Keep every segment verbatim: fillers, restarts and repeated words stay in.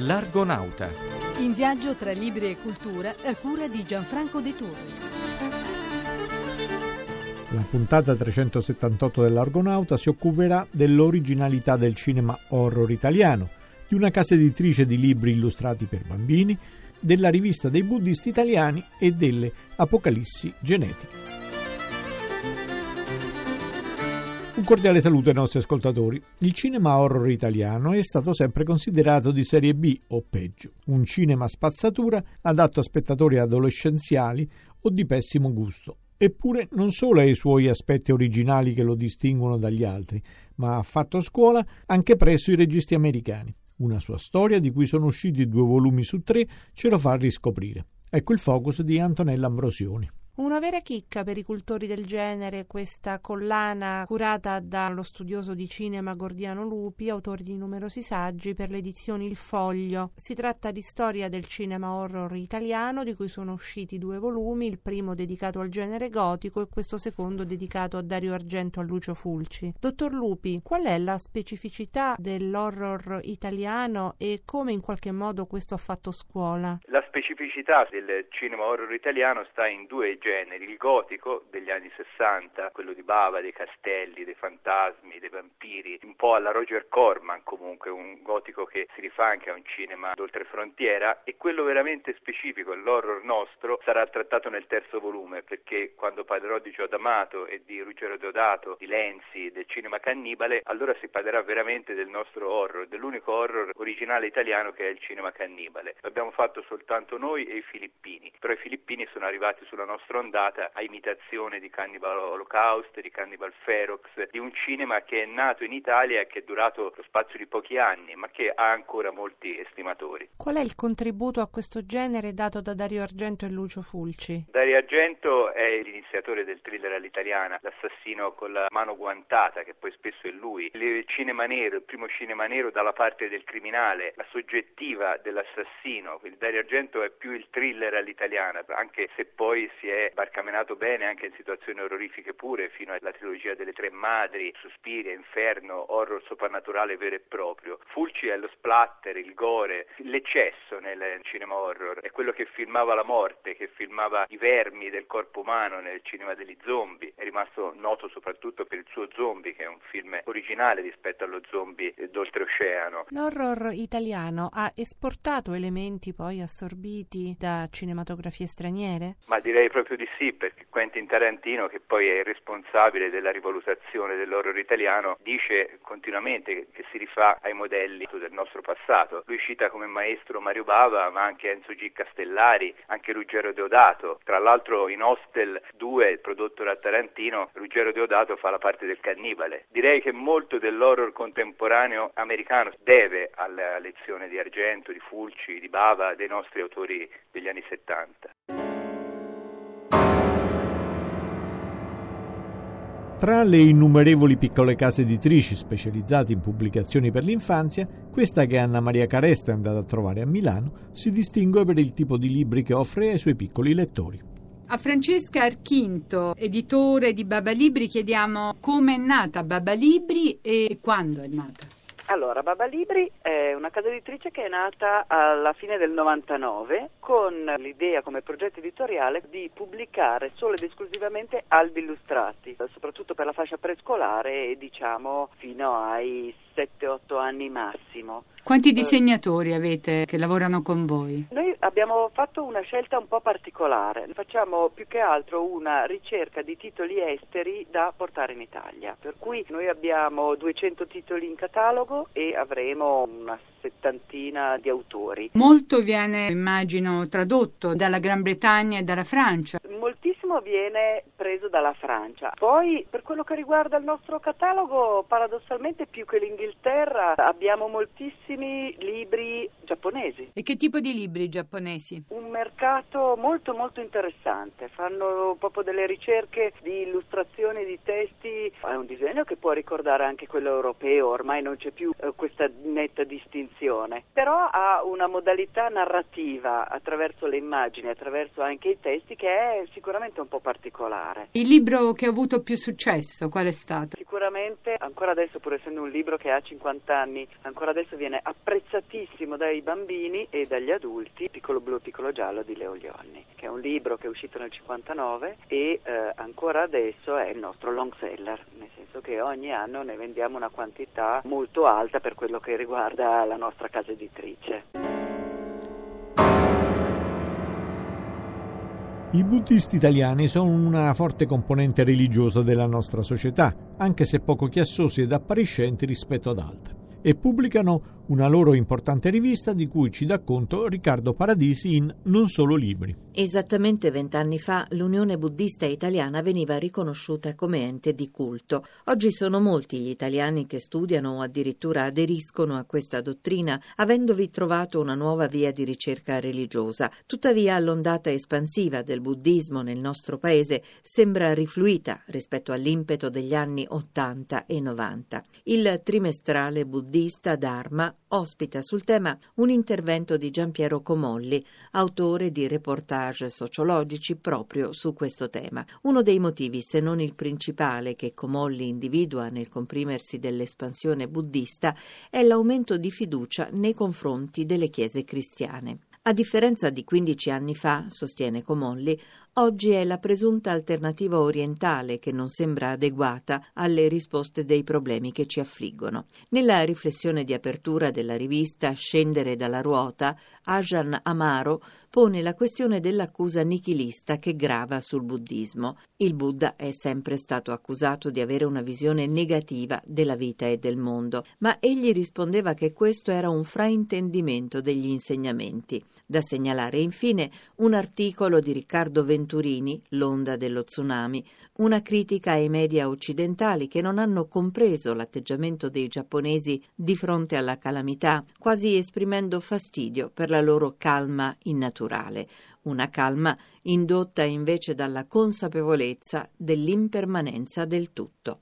L'Argonauta. In viaggio tra libri e cultura a cura di Gianfranco De Torres. La puntata trecentosettantotto dell'Argonauta si occuperà dell'originalità del cinema horror italiano, di una casa editrice di libri illustrati per bambini, della rivista dei buddisti italiani e delle apocalissi genetiche. Un cordiale saluto ai nostri ascoltatori. Il cinema horror italiano è stato sempre considerato di serie B o peggio, un cinema spazzatura adatto a spettatori adolescenziali o di pessimo gusto. Eppure non solo ha i suoi aspetti originali che lo distinguono dagli altri, ma ha fatto scuola anche presso i registi americani. Una sua storia, di cui sono usciti due volumi su tre, ce lo fa riscoprire. Ecco il focus di Antonella Ambrosioni. Una vera chicca per i cultori del genere, questa collana curata dallo studioso di cinema Gordiano Lupi, autore di numerosi saggi per le edizioni Il Foglio. Si tratta di storia del cinema horror italiano, di cui sono usciti due volumi, il primo dedicato al genere gotico e questo secondo dedicato a Dario Argento e a Lucio Fulci. Dottor Lupi, qual è la specificità dell'horror italiano e come in qualche modo questo ha fatto scuola? La specificità del cinema horror italiano sta in due generi: il gotico degli anni sessanta, quello di Bava, dei castelli, dei fantasmi, dei vampiri, un po' alla Roger Corman, comunque un gotico che si rifà anche a un cinema d'oltrefrontiera, e quello veramente specifico, l'horror nostro, sarà trattato nel terzo volume, perché quando parlerò di Gio D'Amato e di Ruggero Deodato, di Lenzi, del cinema cannibale, allora si parlerà veramente del nostro horror, dell'unico horror originale italiano che è il cinema cannibale. L'abbiamo fatto soltanto noi e i filippini, però i filippini sono arrivati sulla nostra ondata a imitazione di Cannibal Holocaust, di Cannibal Ferox, di un cinema che è nato in Italia e che è durato lo spazio di pochi anni, ma che ha ancora molti estimatori. Qual è il contributo a questo genere dato da Dario Argento e Lucio Fulci? Dario Argento è l'iniziatore del thriller all'italiana, l'assassino con la mano guantata, che poi spesso è lui. Il cinema nero, il primo cinema nero dalla parte del criminale, la soggettiva dell'assassino. Quindi Dario Argento è più il thriller all'italiana, anche se poi si è barcamenato bene anche in situazioni orrorifiche pure, fino alla trilogia delle Tre Madri, Suspiria, Inferno, horror soprannaturale vero e proprio. Fulci è lo splatter, il gore, l'eccesso nel cinema horror, è quello che filmava la morte, che filmava i vermi del corpo umano nel cinema degli zombie. È rimasto noto soprattutto per il suo Zombie, che è un film originale rispetto allo zombie d'oltreoceano. L'horror italiano ha esportato elementi poi assorbiti da cinematografie straniere? Ma direi proprio di sì, perché Quentin Tarantino, che poi è il responsabile della rivalutazione dell'horror italiano, dice continuamente che si rifà ai modelli del nostro passato. Lui cita come maestro Mario Bava, ma anche Enzo G. Castellari, anche Ruggero Deodato. Tra l'altro in Hostel due, prodotto da Tarantino, Ruggero Deodato fa la parte del cannibale. Direi che molto dell'horror contemporaneo americano deve alla lezione di Argento, di Fulci, di Bava, dei nostri autori degli anni settanta. Tra le innumerevoli piccole case editrici specializzate in pubblicazioni per l'infanzia, questa che Anna Maria Caresta è andata a trovare a Milano si distingue per il tipo di libri che offre ai suoi piccoli lettori. A Francesca Archinto, editore di Baba Libri, chiediamo come è nata Baba Libri e quando è nata. Allora, Baba Libri è una casa editrice che è nata alla fine del novantanove con l'idea come progetto editoriale di pubblicare solo ed esclusivamente albi illustrati, soprattutto per la fascia prescolare e diciamo fino ai sette otto anni massimo. Quanti disegnatori avete che lavorano con voi? Noi abbiamo fatto una scelta un po' particolare, facciamo più che altro una ricerca di titoli esteri da portare in Italia, per cui noi abbiamo duecento titoli in catalogo e avremo una settantina di autori. Molto viene, immagino, tradotto dalla Gran Bretagna e dalla Francia. Moltissimo viene preso dalla Francia. Poi, per quello che riguarda il nostro catalogo, paradossalmente più che l'Inghilterra, abbiamo moltissimi libri giapponesi. E che tipo di libri giapponesi? Un mercato molto molto interessante. Fanno proprio delle ricerche di illustrazioni, di testi. È un disegno che può ricordare anche quello europeo, ormai non c'è più eh, questa netta distinzione. Però ha una modalità narrativa attraverso le immagini, attraverso anche i testi, che è sicuramente sicuramente un po' particolare. Il libro che ha avuto più successo, qual è stato? Sicuramente, ancora adesso, pur essendo un libro che ha cinquanta anni, ancora adesso viene apprezzatissimo dai bambini e dagli adulti, Piccolo blu, piccolo giallo di Leo Lionni, che è un libro che è uscito nel cinquantanove e eh, ancora adesso è il nostro long seller, nel senso che ogni anno ne vendiamo una quantità molto alta per quello che riguarda la nostra casa editrice. I buddisti italiani sono una forte componente religiosa della nostra società, anche se poco chiassosi ed appariscenti rispetto ad altre, e pubblicano una loro importante rivista di cui ci dà conto Riccardo Paradisi in Non solo libri. Esattamente vent'anni fa l'Unione Buddista Italiana veniva riconosciuta come ente di culto. Oggi sono molti gli italiani che studiano o addirittura aderiscono a questa dottrina, avendovi trovato una nuova via di ricerca religiosa. Tuttavia l'ondata espansiva del buddismo nel nostro paese sembra rifluita rispetto all'impeto degli anni ottanta e novanta. Il trimestrale buddista Dharma ospita sul tema un intervento di Giampiero Comolli, autore di reportage sociologici proprio su questo tema. Uno dei motivi, se non il principale, che Comolli individua nel comprimersi dell'espansione buddista è l'aumento di fiducia nei confronti delle chiese cristiane. A differenza di quindici anni fa, sostiene Comolli, oggi è la presunta alternativa orientale che non sembra adeguata alle risposte dei problemi che ci affliggono. Nella riflessione di apertura della rivista Scendere dalla ruota, Ajahn Amaro pone la questione dell'accusa nichilista che grava sul buddismo. Il Buddha è sempre stato accusato di avere una visione negativa della vita e del mondo, ma egli rispondeva che questo era un fraintendimento degli insegnamenti. Da segnalare infine un articolo di Riccardo Venturini, L'onda dello tsunami, una critica ai media occidentali che non hanno compreso l'atteggiamento dei giapponesi di fronte alla calamità, quasi esprimendo fastidio per la loro calma innaturale, una calma indotta invece dalla consapevolezza dell'impermanenza del tutto.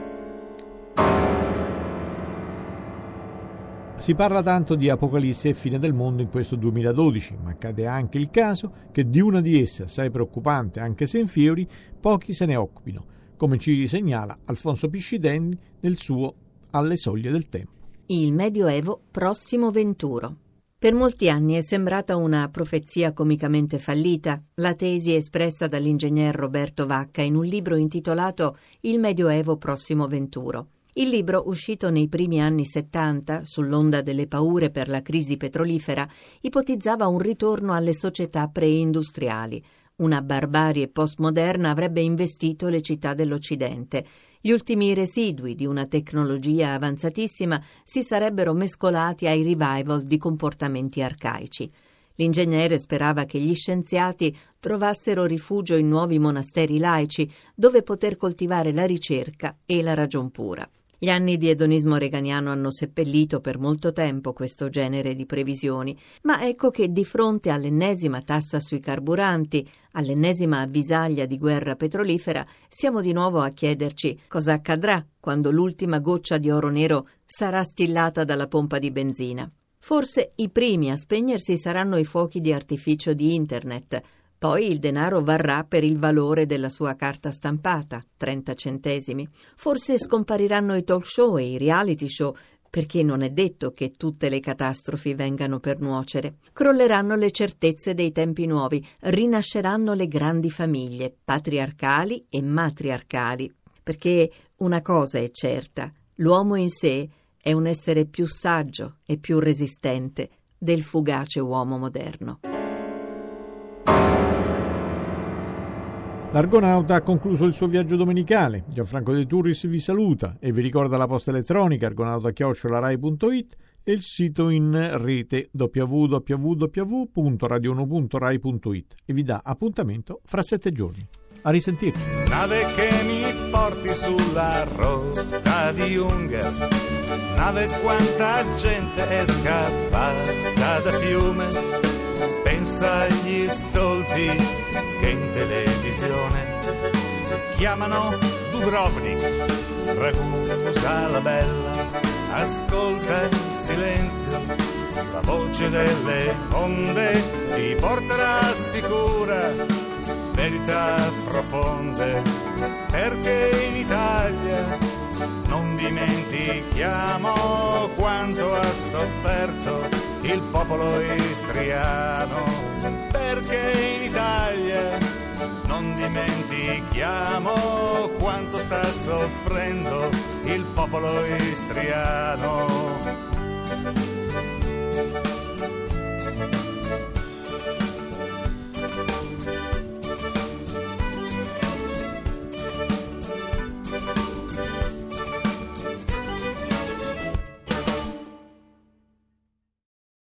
Si parla tanto di apocalisse e fine del mondo in questo duemiladodici, ma accade anche il caso che di una di esse, assai preoccupante anche se in fiori, pochi se ne occupino, come ci segnala Alfonso Piscitelli nel suo Alle soglie del tempo. Il Medioevo prossimo venturo. Per molti anni è sembrata una profezia comicamente fallita, la tesi espressa dall'ingegner Roberto Vacca in un libro intitolato Il Medioevo prossimo venturo. Il libro, uscito nei primi anni settanta, sull'onda delle paure per la crisi petrolifera, ipotizzava un ritorno alle società preindustriali. Una barbarie postmoderna avrebbe investito le città dell'Occidente. Gli ultimi residui di una tecnologia avanzatissima si sarebbero mescolati ai revival di comportamenti arcaici. L'ingegnere sperava che gli scienziati trovassero rifugio in nuovi monasteri laici, dove poter coltivare la ricerca e la ragion pura. Gli anni di edonismo reganiano hanno seppellito per molto tempo questo genere di previsioni, ma ecco che di fronte all'ennesima tassa sui carburanti, all'ennesima avvisaglia di guerra petrolifera, siamo di nuovo a chiederci cosa accadrà quando l'ultima goccia di oro nero sarà stillata dalla pompa di benzina. Forse i primi a spegnersi saranno i fuochi di artificio di Internet. Poi il denaro varrà per il valore della sua carta stampata, trenta centesimi. Forse scompariranno i talk show e i reality show, perché non è detto che tutte le catastrofi vengano per nuocere. Crolleranno le certezze dei tempi nuovi, rinasceranno le grandi famiglie, patriarcali e matriarcali. Perché una cosa è certa, l'uomo in sé è un essere più saggio e più resistente del fugace uomo moderno. L'Argonauta ha concluso il suo viaggio domenicale. Gianfranco De Turris vi saluta e vi ricorda la posta elettronica argonauta chiocciola rai punto it e il sito in rete w w w punto radio uno punto rai punto it e vi dà appuntamento fra sette giorni. A risentirci. Nave che mi porti sulla rotta di Unger, nave quanta gente è scappata da Fiume, pensa agli stolti che in televisione chiamano Dubrovnik, Ragusa la bella, ascolta in silenzio, la voce delle onde ti porterà sicura verità profonde, perché in Italia non dimentichiamo quanto ha sofferto il popolo istriano, perché in Italia non dimentichiamo quanto sta soffrendo il popolo istriano.